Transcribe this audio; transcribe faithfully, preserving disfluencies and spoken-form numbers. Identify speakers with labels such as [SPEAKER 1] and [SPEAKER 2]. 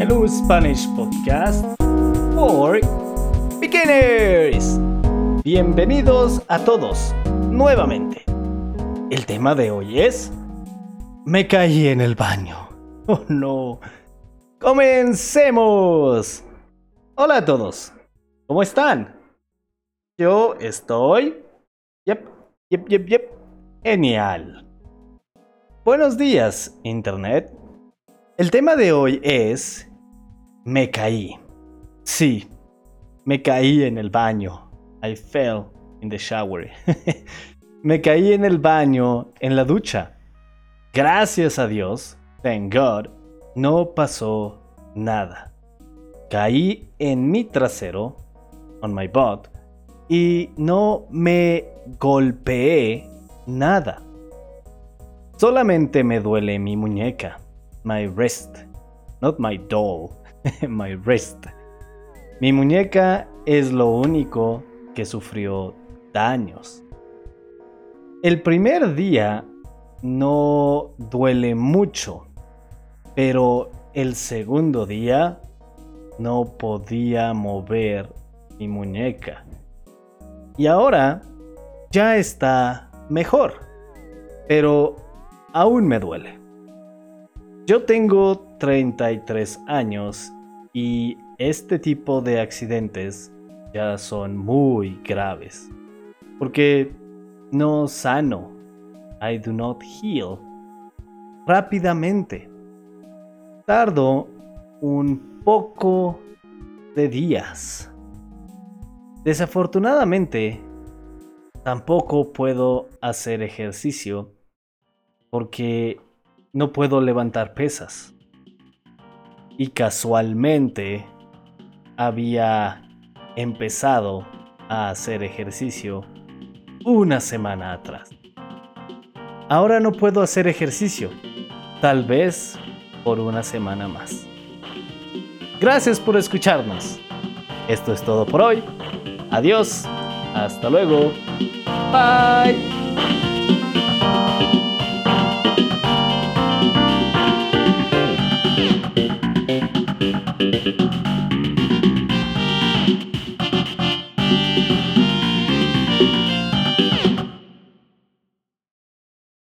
[SPEAKER 1] Hello Spanish Podcast for Beginners. Bienvenidos a todos nuevamente. El tema de hoy es: me caí en el baño. Oh no. ¡Comencemos! Hola a todos. ¿Cómo están? Yo estoy... Yep, yep, yep, yep. Genial. Buenos días, Internet. El tema de hoy es: me caí. Sí, me caí en el baño. I fell in the shower. Me caí en el baño, en la ducha. Gracias a Dios, thank God, no pasó nada. Caí en mi trasero, on my butt, y no me golpeé nada. Solamente me duele mi muñeca, my wrist, not my doll, my wrist. Mi muñeca es lo único que sufrió daños. El primer día no duele mucho, pero el segundo día no podía mover mi muñeca. Y ahora ya está mejor, pero aún me duele. Yo tengo treinta y tres años y este tipo de accidentes ya son muy graves, porque no sano, I do not heal, rápidamente. Tardo un poco de días. Desafortunadamente, tampoco puedo hacer ejercicio porque no puedo levantar pesas. Y casualmente había empezado a hacer ejercicio una semana atrás. Ahora no puedo hacer ejercicio, tal vez por una semana más. Gracias por escucharnos. Esto es todo por hoy. Adiós. Hasta luego. Bye.